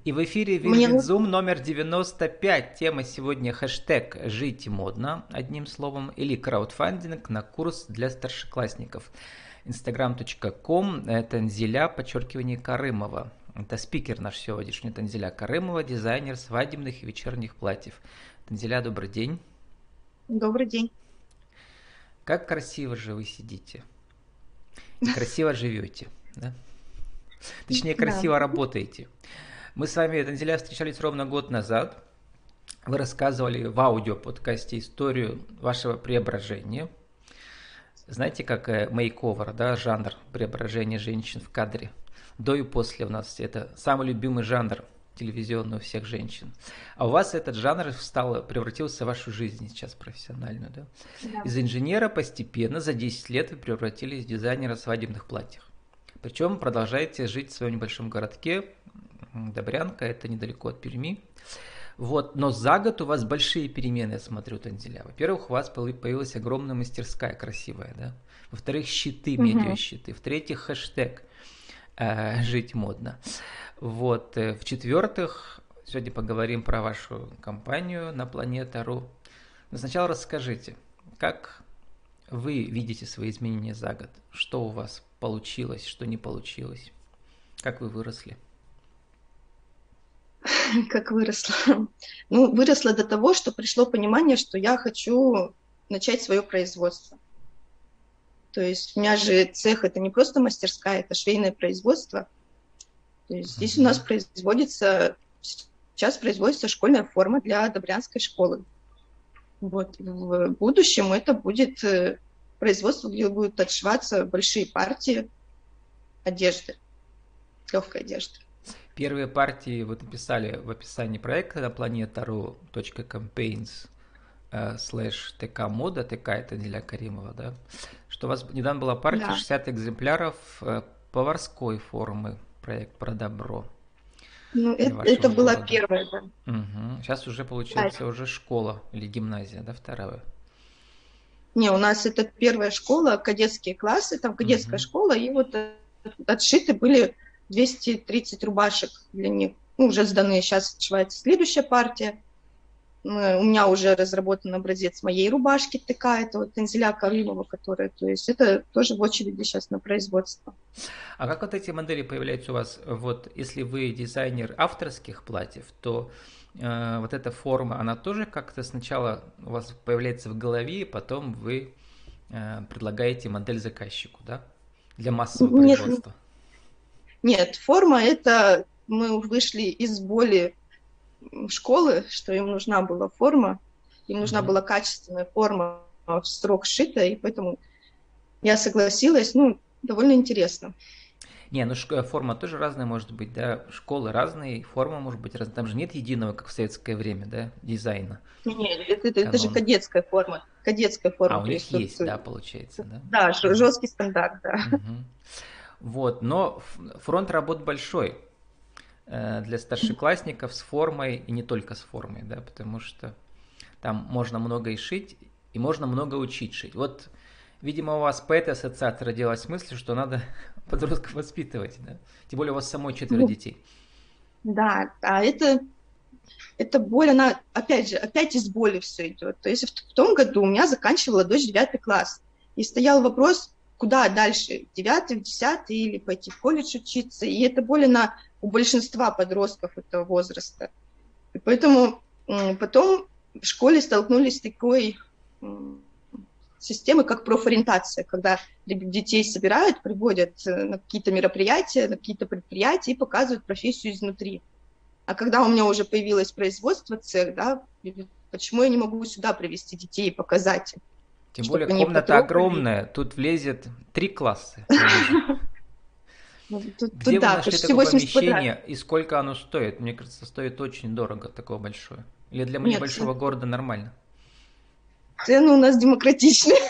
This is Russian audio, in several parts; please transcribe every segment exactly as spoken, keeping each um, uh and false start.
И в эфире Мне Velvet Zoom номер девяносто пять. Тема сегодня хэштег «Жить модно», одним словом, или краудфандинг на курс для старшеклассников. инстаграм точка ком, Танзиля, подчеркивание Карымова. Это спикер наш сегодняшний, Танзиля Карымова, дизайнер свадебных и вечерних платьев. Танзиля, добрый день. добрый день. Как красиво же вы сидите. И красиво живете, да? Точнее, Да. красиво работаете. Мы с вами, Танзиля, встречались ровно год назад. Вы рассказывали в аудиоподкасте историю вашего преображения. Знаете, как мейковер, да, жанр преображения женщин в кадре. До и после у нас это самый любимый жанр телевизионный у всех женщин. А у вас этот жанр стал, превратился в вашу жизнь сейчас профессиональную, да? Да. Из инженера постепенно за десять лет вы превратились в дизайнера свадебных платьев. Причем продолжаете жить в своем небольшом городке. Добрянка, это недалеко от Перми. Вот, но за год у вас большие перемены, я смотрю, Танзиля. Во-первых, у вас появилась огромная мастерская красивая, да? Во-вторых, щиты, Мгм. медиащиты. В-третьих, хэштег э, «Жить модно». Вот, э, в-четвертых, сегодня поговорим про вашу компанию на Планета.ру. Но сначала расскажите, как вы видите свои изменения за год? Что у вас получилось, что не получилось? Как вы выросли? Как выросла. Ну, выросла до того, что пришло понимание, что я хочу начать свое производство. То есть у меня же цех это не просто мастерская, это швейное производство. То есть здесь у нас Мгм. производится, сейчас производится школьная форма для Добрянской школы. Вот. В будущем это будет э, производство, где будут отшиваться большие партии одежды, легкой одежды. Первые партии вы написали в описании проекта на planeta.ru .campaigns слэш тк мода, тк это Диля Каримова, да, что у вас недавно была партия Да. шестьдесят экземпляров э, поварской формы, проект про добро Ну, для это, это вашего была города. первая, да. Угу. Сейчас уже Да. получается уже школа или гимназия, да, вторая. Не, у нас это первая школа, кадетские классы, там кадетская Угу. школа, и вот э, отшиты были двести тридцать рубашек для них. Ну, уже сданы, сейчас отшивается следующая партия. Мы- У меня уже разработан образец моей рубашки ТК, это вот Танзиля Каримова, которая, то есть это тоже в очереди сейчас на производство. А как вот эти модели появляются у вас? Вот если вы дизайнер авторских платьев, то э, вот эта форма, она тоже как-то сначала у вас появляется в голове, и потом вы э, предлагаете модель заказчику, да? Для массового Нет, производства. нет, форма это мы вышли из боли школы, что им нужна была форма, им нужна Мгм. была качественная форма в срок сшитая, и поэтому я согласилась, ну, довольно интересно. Не, ну шк- форма тоже разная может быть, да? Школы разные, форма может быть разная. Там же нет единого, как в советское время, да, дизайна, Не, это, это, это же канона. кадетская форма, кадетская А форма, у то них есть тут, есть, да, получается, да? да, Мгм. жесткий стандарт, да. Мгм. Вот, но ф- фронт работ большой э, для старшеклассников с формой и не только с формой, да, потому что там можно много и шить, и можно много учить шить. Вот, видимо, у вас по этой ассоциации родилась мысль, что надо подростков воспитывать, да? Тем более у вас самой четверо Ну, детей. да, а это, это боль, она, опять же, опять из боли все идет. То есть в, в том году у меня заканчивала дочь девятый класс, и стоял вопрос, куда дальше, в девятый, в десятый, или пойти в колледж учиться, и это боль, она у большинства подростков этого возраста. И поэтому м, потом в школе столкнулись с такой м, системой, как профориентация, когда детей собирают, приводят э, на какие-то мероприятия, на какие-то предприятия и показывают профессию изнутри. А когда у меня уже появилось производство, цех, да, почему я не могу сюда привести детей и показать им, Тем более чтобы они комната потрогали. огромная, тут влезет три класса, я вижу. Ну, Тут, Где тут вы да, нашли почти такое восемьдесят квадратов. помещение и сколько оно стоит? Мне кажется, стоит очень дорого, такое большое. Или для Нет, небольшого города нормально? цены у нас демократичные.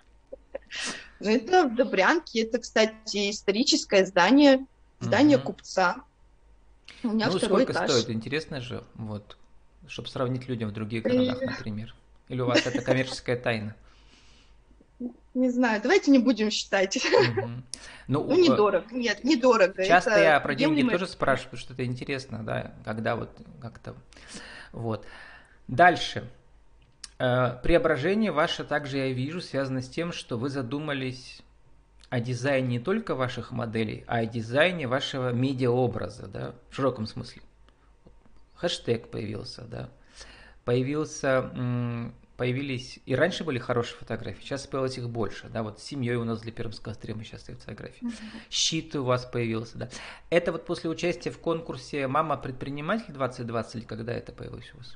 Но это в Добрянке, это, кстати, историческое здание, здание Угу. купца. У меня Ну, второй сколько этаж. стоит? Интересно же, вот, чтобы сравнить людям в других городах, Э, например. Или у вас это коммерческая тайна? Не знаю, давайте не будем считать. Мгм. Ну, Ну, э, недорого. Нет, недорого. часто Это я про деньги приемлемо. тоже спрашиваю, потому что это интересно, да, когда вот как-то вот. Дальше. Э, Преображение ваше также я вижу связано с тем, что вы задумались о дизайне не только ваших моделей, а о дизайне вашего медиаобраза, да, в широком смысле. Хэштег появился, да, появился, м, появились, и раньше были хорошие фотографии, сейчас появилось их больше, да, вот с семьей у нас для пермского стрима сейчас стоят фотографии. Щит у вас появился, да. Это вот после участия в конкурсе «Мама предприниматель двадцать двадцать» или когда это появилось у вас?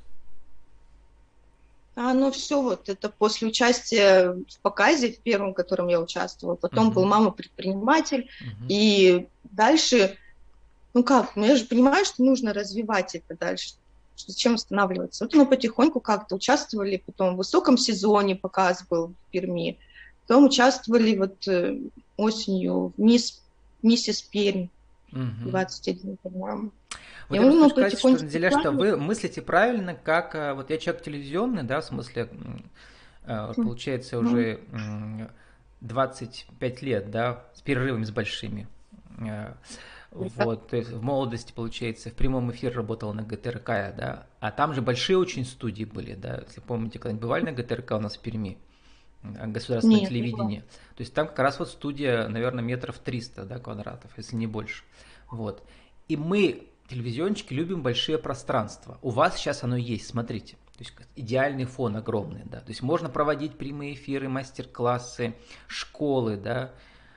А, ну все, вот это после участия в показе, в первом, в котором я участвовала. Потом был Мгм. «Мама-предприниматель». Мгм. И дальше, ну как, ну я же понимаю, что нужно развивать это дальше. Что Зачем останавливаться? Вот мы потихоньку как-то участвовали, потом в высоком сезоне показ был в Перми, потом участвовали вот э, осенью в мисс, миссис Пермь Мгм. двадцать один, по-моему. И Вот я мы просто ну, хочу сказать, что, потихонечку Наделя, что плавали. вы мыслите правильно, как э, вот я человек телевизионный, да, в смысле, м, э, вот получается Мгм. уже м, двадцать пять лет, да, с перерывами с большими. Э, Вот, то есть в молодости, получается, в прямом эфире работала на ГТРК, да, а там же большие очень студии были, да, если помните, когда-нибудь бывали на ГТРК у нас в Перми, э, государственное Нет, не было. телевидение, то есть там как раз вот студия, наверное, метров триста, да, квадратов, если не больше, вот, и мы, телевизионщики, любим большие пространства, у вас сейчас оно есть, смотрите, то есть идеальный фон огромный, да, то есть можно проводить прямые эфиры, мастер-классы, школы, да.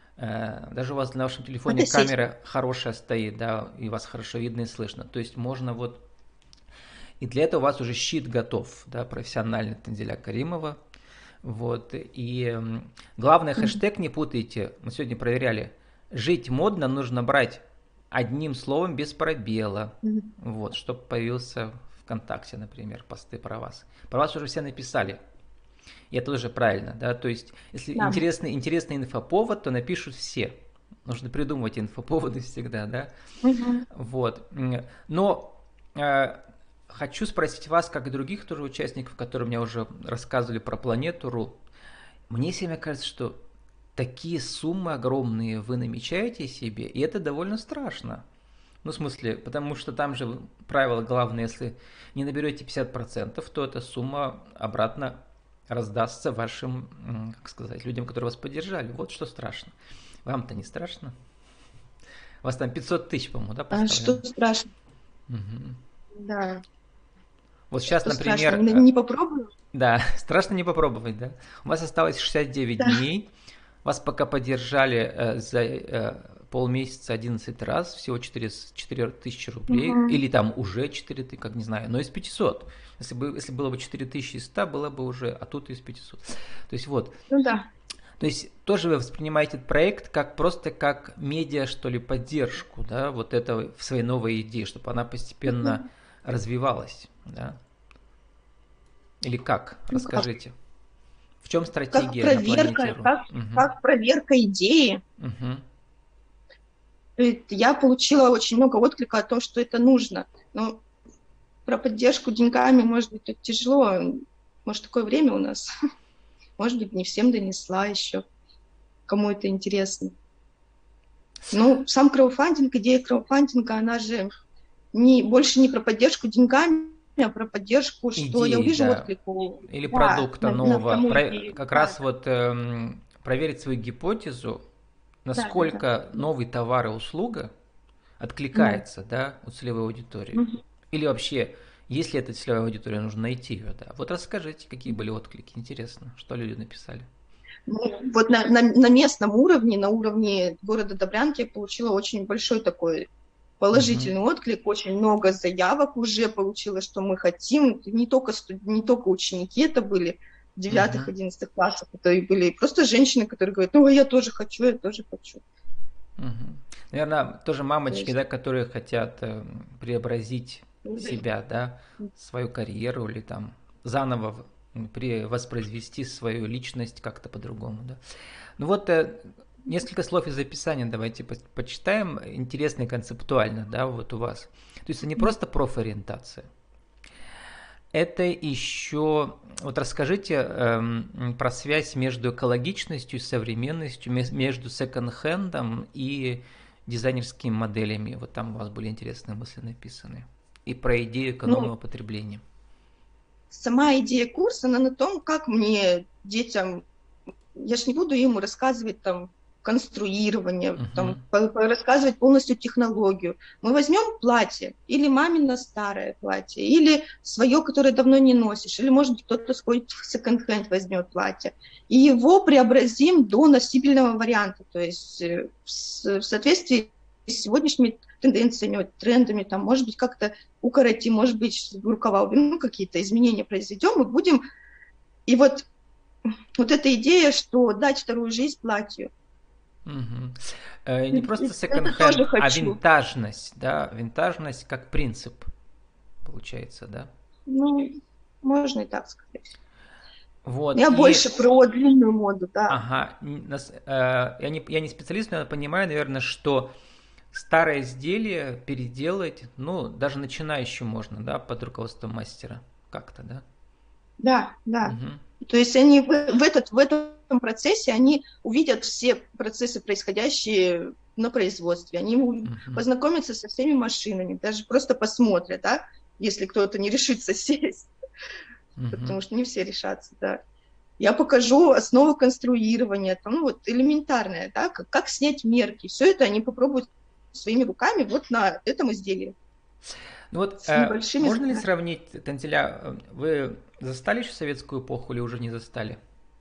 Э, Даже у вас на вашем телефоне Фотосессия. камера хорошая стоит, да, и вас хорошо видно и слышно. То есть можно вот... И для этого у вас уже щит готов, да, профессиональный Танзиля Каримова. Вот. И м, главное, Мгм. хэштег не путайте. Мы сегодня проверяли. Жить модно нужно брать одним словом без пробела. Мгм. Вот, чтобы появился ВКонтакте, например, посты про вас. Про вас уже все написали. И это тоже правильно, да, то есть, если Да. интересный, интересный инфоповод, то напишут все. Нужно придумывать инфоповоды всегда, да. Мгм. Вот. Но э, хочу спросить вас, как и других тоже участников, которые мне уже рассказывали про планету.ру. Мне всегда кажется, что такие суммы огромные вы намечаете себе, и это довольно страшно. Ну, в смысле, потому что там же правило главное, если не наберете пятьдесят процентов, то эта сумма обратно раздастся вашим, как сказать, людям, которые вас поддержали. Вот что страшно. Вам-то не страшно? У вас там пятьсот тысяч, по-моему, да, А поставлено? что страшно? Мгм. Да. Вот сейчас, Что страшно? например, Не, э, не попробую? да, страшно не попробовать, да? У вас осталось шестьдесят девять Да. дней, вас пока поддержали э, за э, полмесяца одиннадцать раз, всего четыре тысячи рублей, Мгм. или там уже четыре тысячи, как не знаю, но из пятисот. Если, бы, если было бы четыре тысячи сто, было бы уже, а тут из пятисот. То есть вот, Ну да. то есть тоже вы воспринимаете этот проект как просто как медиа, что ли, поддержку, да, вот этого в своей новой идее, чтобы она постепенно Мгм. развивалась, да? Или как? Ну как? Расскажите. В чем Как стратегия на планете проверка, Ру? как, Угу. как проверка идеи. Угу. Э, Я получила очень много отклика о том, что это нужно. Но про поддержку деньгами, может быть, это тяжело. Может, такое время у нас. Может быть, не всем донесла еще, кому это интересно. Ну, сам краудфандинг, идея краудфандинга, она же не, больше не про поддержку деньгами, а про поддержку, что я Идеи, увижу да. отклик у, Или да, продукта на, на нового. саму Про- идею. как Да, раз да, вот эм, проверить свою гипотезу, да, да, да. насколько Да. новый товар и услуга Да. откликается, да, у целевой аудитории. Мгм. Или вообще, если это целевая аудитория, нужно найти ее, да. Вот расскажите, какие были отклики. Интересно, что люди написали. Ну, вот на, на, на местном уровне, на уровне города Добрянки я получила очень большой такой Угу. положительный отклик, очень много заявок уже получила, что мы хотим. Не только, студ... не только ученики это были, девятых, Угу. одиннадцатых классов, это и были просто женщины, которые говорят, ну, я тоже хочу, я тоже хочу. Угу. Наверное, тоже То мамочки, есть, да, которые хотят э, преобразить ну, себя, да, свою карьеру или там заново при воспроизвести свою личность как-то по-другому, да. Ну вот э, несколько слов из описания давайте по почитаем, интересно и концептуально, да, вот у вас. То есть это не просто профориентация, это еще, вот расскажите эм, про связь между экологичностью и современностью, мес- между секонд-хендом и дизайнерскими моделями. Вот там у вас были интересные мысли написаны. И про идею Ну, экономного потребления. сама идея курса, она на том, как мне, детям, я ж не буду ему рассказывать там конструирование, там, Мгм. по- по- рассказывать полностью технологию. Мы возьмем платье, или мамино старое платье, или свое, которое давно не носишь, или, может быть, кто-то сходит в секонд-хенд возьмет платье, и его преобразим до носибельного варианта, то есть э, в с- в соответствии с сегодняшними тенденциями, вот, трендами, там, может быть, как-то укоротим, может быть, рукава уберем, ну, какие-то изменения произведем, и будем... И вот, вот эта идея, что дать вторую жизнь платью, Мгм. Э, Не просто это тоже секонд-хенд, а хочу. винтажность, да, винтажность как принцип, получается, да. Ну, можно и так сказать. Вот, Я и больше про длинную моду, да. ага, н- нас- э, я не, я не специалист, но я понимаю, наверное, что старое изделие переделать, ну, даже начинающим можно, да, под руководством мастера, как-то, да. Да, да. Мгм. То есть они в, в этот, в этом процессе они увидят все процессы, происходящие на производстве. Они у- Мгм. познакомятся со всеми машинами, даже просто посмотрят, да, если кто-то не решится сесть, Мгм. потому что не все решатся, да. Я покажу основы конструирования, там, ну, вот элементарное, да, как, как снять мерки. Все это они попробуют своими руками вот на этом изделии Ну вот, с э, небольшими можно ли затратами. сравнить, Танзиля, э, вы застали еще советскую эпоху или уже не застали?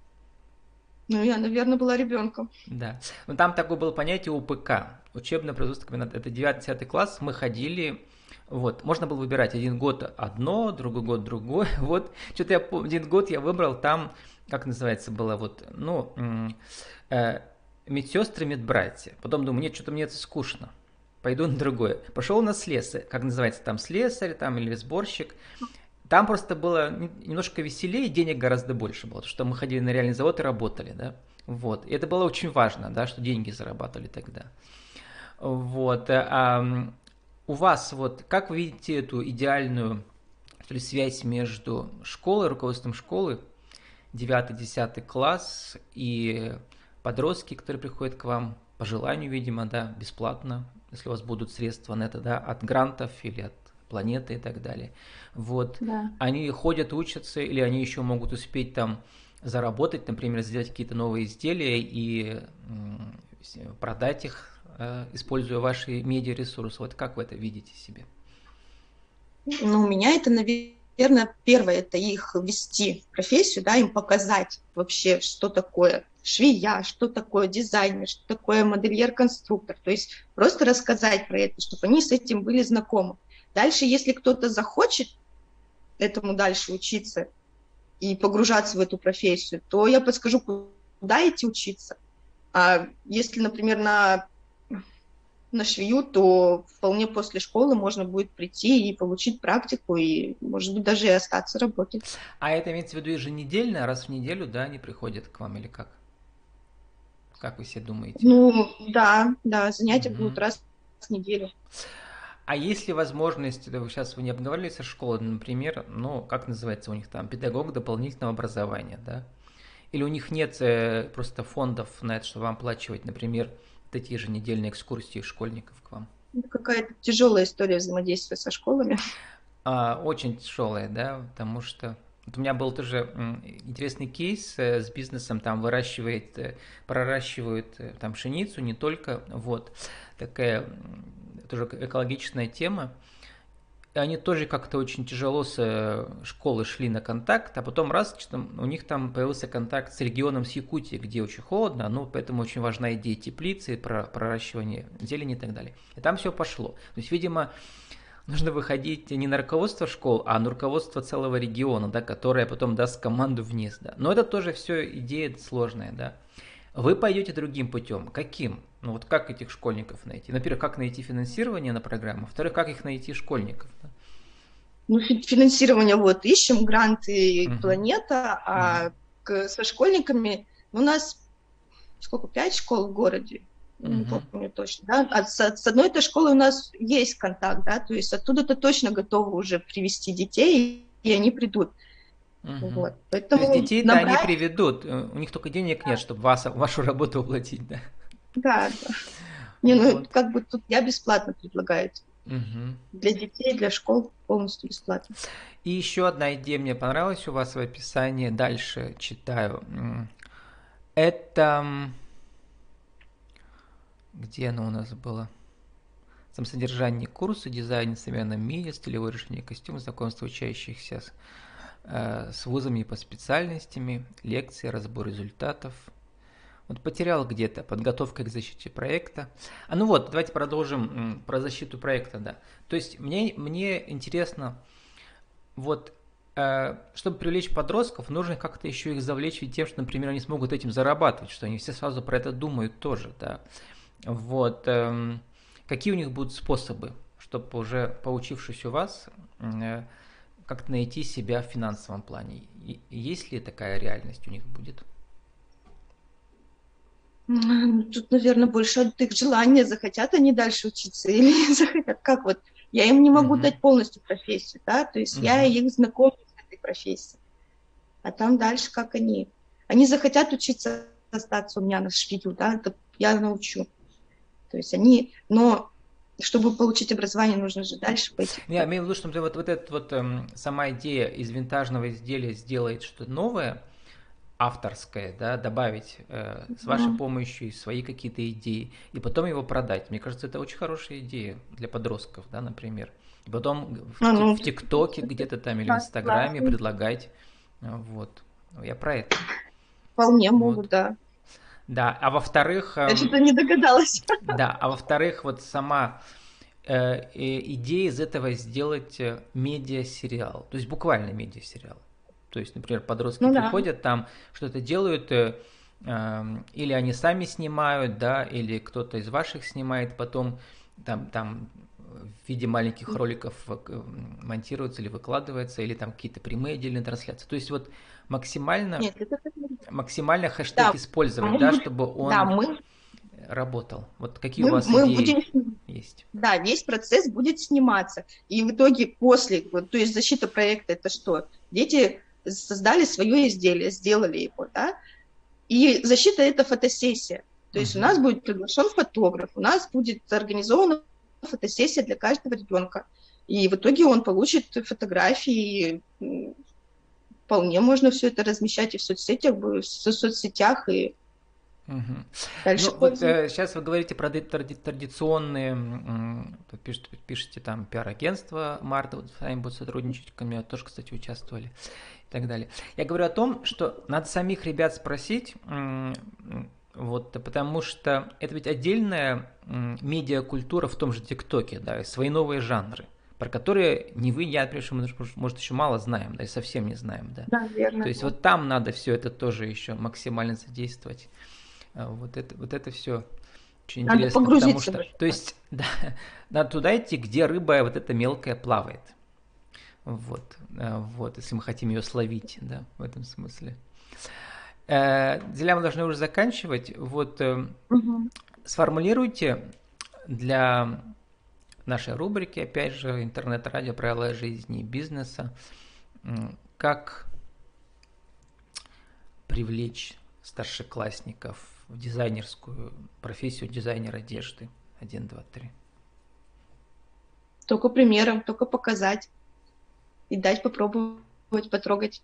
Ну, я, наверное, была ребенком. Да. Ну там такое было понятие У П К, учебное производство комбината. Это девятый-десятый класс, мы ходили, вот, можно было выбирать один год одно, другой год другое. Вот, что-то я помню, один год я выбрал там, как называется было, вот, ну, м, э, медсестры, медбратья. Потом думаю, нет, что-то мне это скучно. Пойду на другое. Пошел на слесарь, как называется там слесарь там или сборщик. Там просто было немножко веселее, денег гораздо больше было, потому что мы ходили на реальный завод и работали, да. Вот. И это было очень важно, да, что деньги зарабатывали тогда. Вот. А у вас вот как вы видите эту идеальную, что ли, связь между школой, руководством школы, девятый-десятый класс и подростки, которые приходят к вам по желанию, видимо, да, бесплатно, если у вас будут средства на это, да, от грантов или от планеты и так далее. Вот. Да. Они ходят, учатся, или они еще могут успеть там заработать, например, сделать какие-то новые изделия и м, продать их, э, используя ваши медиаресурсы. Вот как вы это видите себе? Ну, у меня это, наверное, первое, это их ввести в профессию, да, им показать вообще, что такое швея, что такое дизайнер, что такое модельер-конструктор. То есть просто рассказать про это, чтобы они с этим были знакомы. Дальше, если кто-то захочет этому дальше учиться и погружаться в эту профессию, то я подскажу, куда идти учиться. А если, например, на на швею, то вполне после школы можно будет прийти и получить практику, и, может быть, даже и остаться работать. А это имеется в виду еженедельно, раз в неделю, да, они приходят к вам или как? Как вы себе думаете? Ну, да, да, занятия будут Мгм. раз в неделю. А есть ли возможность, это вы сейчас вы не обговорили со школой, например, ну, как называется у них там, педагог дополнительного образования, да? Или у них нет э, просто фондов на это, чтобы вам оплачивать, например, вот эти еженедельные экскурсии школьников к вам? Это какая-то тяжелая история взаимодействия со школами. А, очень тяжелая, да, потому что вот у меня был тоже м, интересный кейс э, с бизнесом, там выращивает, э, проращивают э, там пшеницу, не только, вот, такая м, тоже экологичная тема. И они тоже как-то очень тяжело с э, школы шли на контакт, а потом раз, что у них там появился контакт с регионом, с Якутией, где очень холодно, ну, поэтому очень важна идея теплицы, про проращивание зелени и так далее. И там все пошло. То есть, видимо, нужно выходить не на руководство школ, а на руководство целого региона, да, которое потом даст команду вниз. Да. Но это тоже все идея сложная, да. Вы пойдете другим путем. Каким? Ну вот как этих школьников найти? Во-первых, как найти финансирование на программу? Во-вторых, как их найти школьников? Да? Ну, финансирование, вот, ищем гранты Угу. планета, Угу. а к, со школьниками у нас сколько, пять школ в городе, не Угу. помню точно, да, а с, с одной этой школы у нас есть контакт, да, то есть оттуда-то точно готовы уже привести детей они придут. Мгм. Вот. То есть Поэтому детей-то они набрать, приведут, э, у них только денег нет, чтобы вас, вашу работу оплатить, да? да, да. Не, ну Вот. как бы тут я бесплатно предлагаю. Мгм. Для детей, для школ полностью бесплатно. И еще одна идея мне понравилась у вас в описании. Дальше читаю. М, Это... м, Где оно у нас было? Там содержание курса, дизайн в современном мире, стилевое решение костюма, знакомство учащихся с, э, с вузами по специальностями, лекции, разбор результатов. Вот потерял где-то подготовка к защите проекта. А ну вот, давайте продолжим м, про защиту проекта, да. То есть мне, мне интересно, вот, э, чтобы привлечь подростков, нужно как-то еще их завлечь ведь тем, что, например, они смогут этим зарабатывать, что они все сразу про это думают тоже, да. Вот, эм, какие у них будут способы, чтобы уже поучившись у вас, э, как-то найти себя в финансовом плане? И- Есть ли такая реальность у них будет? Ну, тут, наверное, больше от их желания, захотят они дальше учиться или не захотят. Как вот, я им не могу Угу, дать полностью профессию, да, то есть я угу, их знакомлю с этой профессией, а там дальше как они. Они захотят учиться остаться у меня на шпилю, да, это я научу. То есть они, но чтобы получить образование, нужно же дальше пойти я куда-то. имею в виду, что вот, вот эта вот эм, сама идея из винтажного изделия сделать что-то новое, авторское, да, добавить э, с вашей Мгм. помощью свои какие-то идеи, и потом его продать. Мне кажется, это очень хорошая идея для подростков, да, например. И потом в, А, Ти- ну, в ТикТоке где-то там или в да, Инстаграме классно. предлагать. э, Вот. Я про это. Вполне Вот. могут, да. Да, а во-вторых, Я эм, что-то не догадалась. да, а во-вторых, вот сама э, и- идея из этого сделать э, медиа-сериал, то есть буквально медиа-сериал. То есть, например, подростки Ну да. приходят, там что-то делают, э, эм, или они сами снимают, да, или кто-то из ваших снимает, потом там, там в виде маленьких роликов э, монтируется или выкладывается, или там какие-то прямые отдельные трансляции. То есть вот максимально, Нет, это так не- максимально Да, хэштег использовать, мы да, будем, чтобы да, он мы, работал. Вот какие у мы, вас мы будем, идеи есть? да, весь процесс будет сниматься. И в итоге после, вот, то есть защита проекта, это что? Дети создали свое изделие, сделали его, да, и защита – это фотосессия. То есть у Мгм. нас будет приглашен фотограф, у нас будет организована фотосессия для каждого ребенка. И в итоге он получит фотографии, м, вполне можно все это размещать и в соцсетях, в со- соцсетях, и Мгм. дальше Ну, вот пользоваться. э, сейчас вы говорите про ди- тради- традиционные, м, тут пишете, пишете там пиар-агентство Марта, вот с вами будут сотрудничать, ко мне тоже, кстати, участвовали и так далее. Я говорю о том, что надо самих ребят спросить, м, м, вот, потому что это ведь отдельная м, медиакультура в том же ТикТоке, да, и свои новые жанры, про которые ни вы, ни я, например, может, может, еще мало знаем, да, и совсем не знаем, да. Да, То верно. есть вот там надо все это тоже еще максимально задействовать. А, Вот это, вот это все очень Надо интересно, потому погрузиться в что, это. то есть, да, надо туда идти, где рыба вот эта мелкая плавает. Вот, а, вот, если мы хотим ее словить, да, в этом смысле. Э, Диля, мы должны уже заканчивать. Вот э, Мгм. сформулируйте для нашей рубрики, опять же, интернет-радио «Правила жизни и бизнеса», м, как привлечь старшеклассников в дизайнерскую профессию дизайнер одежды. Один, два, три. Только примером, только показать и дать попробовать, потрогать.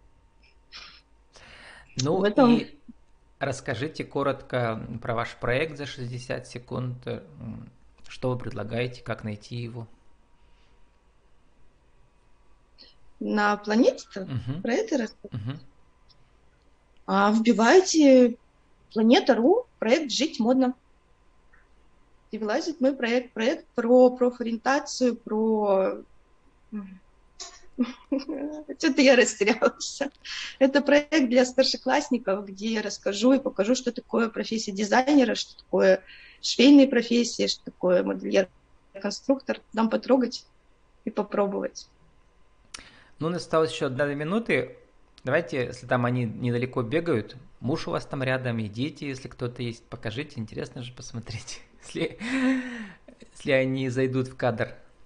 В Ну этом и расскажите коротко про ваш проект за шестьдесят секунд. Что вы предлагаете, как найти его? на планете Угу, про это рассказать. угу. А вбивайте планета.ру, проект «Жить модно». И вылазит мой проект. Проект про профориентацию, про... Что-то я растерялась. Это проект для старшеклассников, где я расскажу и покажу, что такое профессия дизайнера, что такое швейные профессии, что такое модельер-конструктор. Дам потрогать и попробовать. Ну, у нас осталось еще одна минуты. Давайте, если там они недалеко бегают, муж у вас там рядом и дети, если кто-то есть, покажите, интересно же посмотреть, если, если они зайдут в кадр.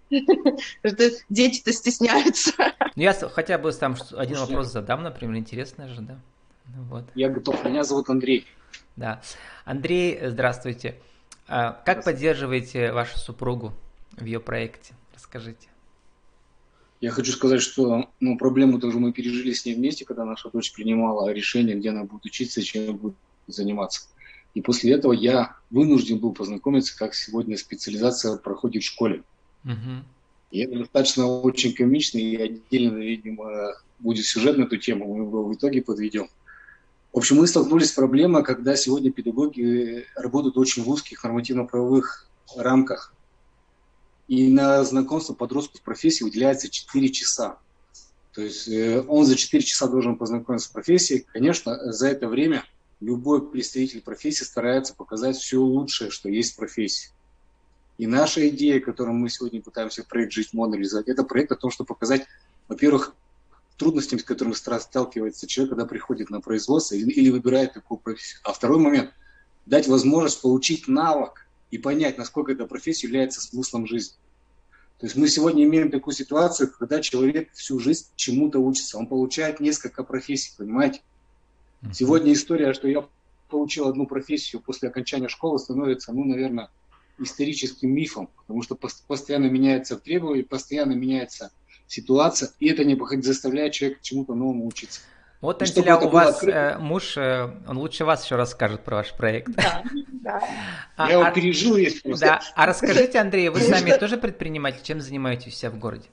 Что дети-то стесняются. Ну, я с- хотя бы там ш- один Слушай, вопрос задам, например, интересно же, да? Ну вот, я готов. Меня зовут Андрей. да. Андрей, э, здравствуйте. А как Здравствуйте. поддерживаете вашу супругу в ее проекте? Расскажите. Я хочу сказать, что ну, проблему тоже мы пережили с ней вместе, когда наша дочь принимала решение, где она будет учиться и чем будет заниматься. И после этого я вынужден был познакомиться, как сегодня специализация проходит в школе. Мгм. И это достаточно очень комично, и отдельно, видимо, будет сюжет на эту тему, мы его в итоге подведем. В общем, мы столкнулись с проблемой, когда сегодня педагоги работают очень в узких нормативно-правовых рамках. И на знакомство подростку с профессией выделяется четыре часа. То есть э, он за четыре часа должен познакомиться с профессией. Конечно, за это время любой представитель профессии старается показать все лучшее, что есть в профессии. И наша идея, которую мы сегодня пытаемся в проект «Жить модно» реализовать, это проект о том, чтобы показать, во-первых, трудностями, с которыми сталкивается человек, когда приходит на производство или, или выбирает такую профессию. А второй момент – дать возможность получить навык и понять, насколько эта профессия является смыслом жизни. То есть мы сегодня имеем такую ситуацию, когда человек всю жизнь чему-то учится, он получает несколько профессий, понимаете? Мгм. Сегодня история, что я получил одну профессию после окончания школы, становится, ну, наверное, историческим мифом, потому что пос- постоянно меняются требования, постоянно меняется ситуация, и это не заставляет человека чему-то новому учиться. Вот, И чтобы Танзиля, это у было вас открыто, э, муж, э, он лучше вас еще расскажет про ваш проект. Да, да. А, я его а- пережил весь просто. да, а расскажите, Андрей, вы Потому сами что- тоже предприниматель? Чем занимаетесь у себя в городе?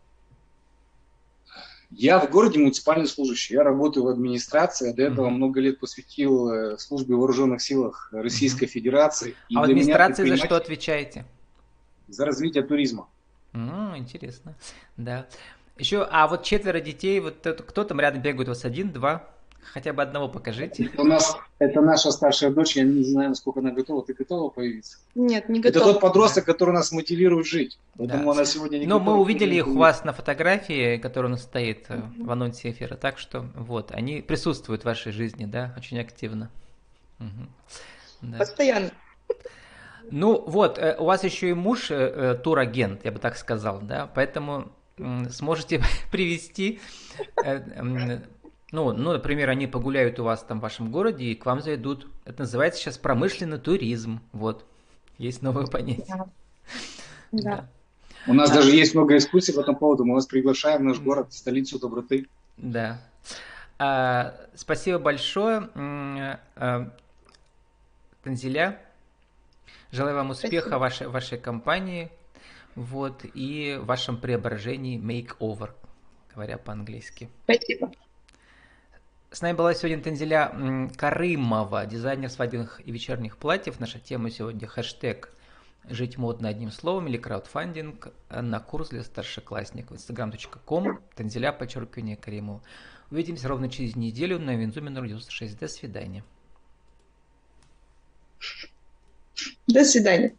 Я в городе муниципальный служащий, я работаю в администрации, а до этого Мгм. много лет посвятил э, службе в вооруженных силах Российской Мгм. Федерации. И А в для меня администрации за что предприниматель отвечаете? за развитие туризма. М, интересно, да. Еще, а вот четверо детей, вот это- кто там рядом бегает у вас, один, два? Хотя бы одного покажите. Это, у нас, это наша старшая дочь, я не знаю, насколько она готова. Ты готова появиться? Нет, не Это готов. тот подросток, который нас мотивирует жить. Поэтому Да. она сегодня не Но готова. мы увидели их у появиться. вас на фотографии, которая у нас стоит э, в анонсе эфира, так что вот, они присутствуют в вашей жизни, да, очень активно. Мгм. Да. Постоянно. Ну вот, э, у вас еще и муж э, э, турагент, я бы так сказал, да, поэтому м, сможете привести, э, м, ну, ну, например, они погуляют у вас там в вашем городе и к вам зайдут. Это называется сейчас промышленный туризм, вот, есть новое понятие. Да. Да. Да. У нас А- даже есть много экскурсий по этому поводу. Мы вас приглашаем в наш город, в столицу доброты. Да. А, спасибо большое, м, а, Танзиля. Желаю вам успеха в Спасибо. вашей, в вашей компании, вот, и в вашем преображении makeover, говоря по-английски. Спасибо. С нами была сегодня Танзиля м, Карымова, дизайнер свадебных и вечерних платьев. Наша тема сегодня хэштег «Жить модно одним словом» или краудфандинг на курс для старшеклассников. инстаграм точка ком, Танзиля, подчеркивание, Каримова. Увидимся ровно через неделю на Винзуме номер девяносто шесть. До свидания. До свидания.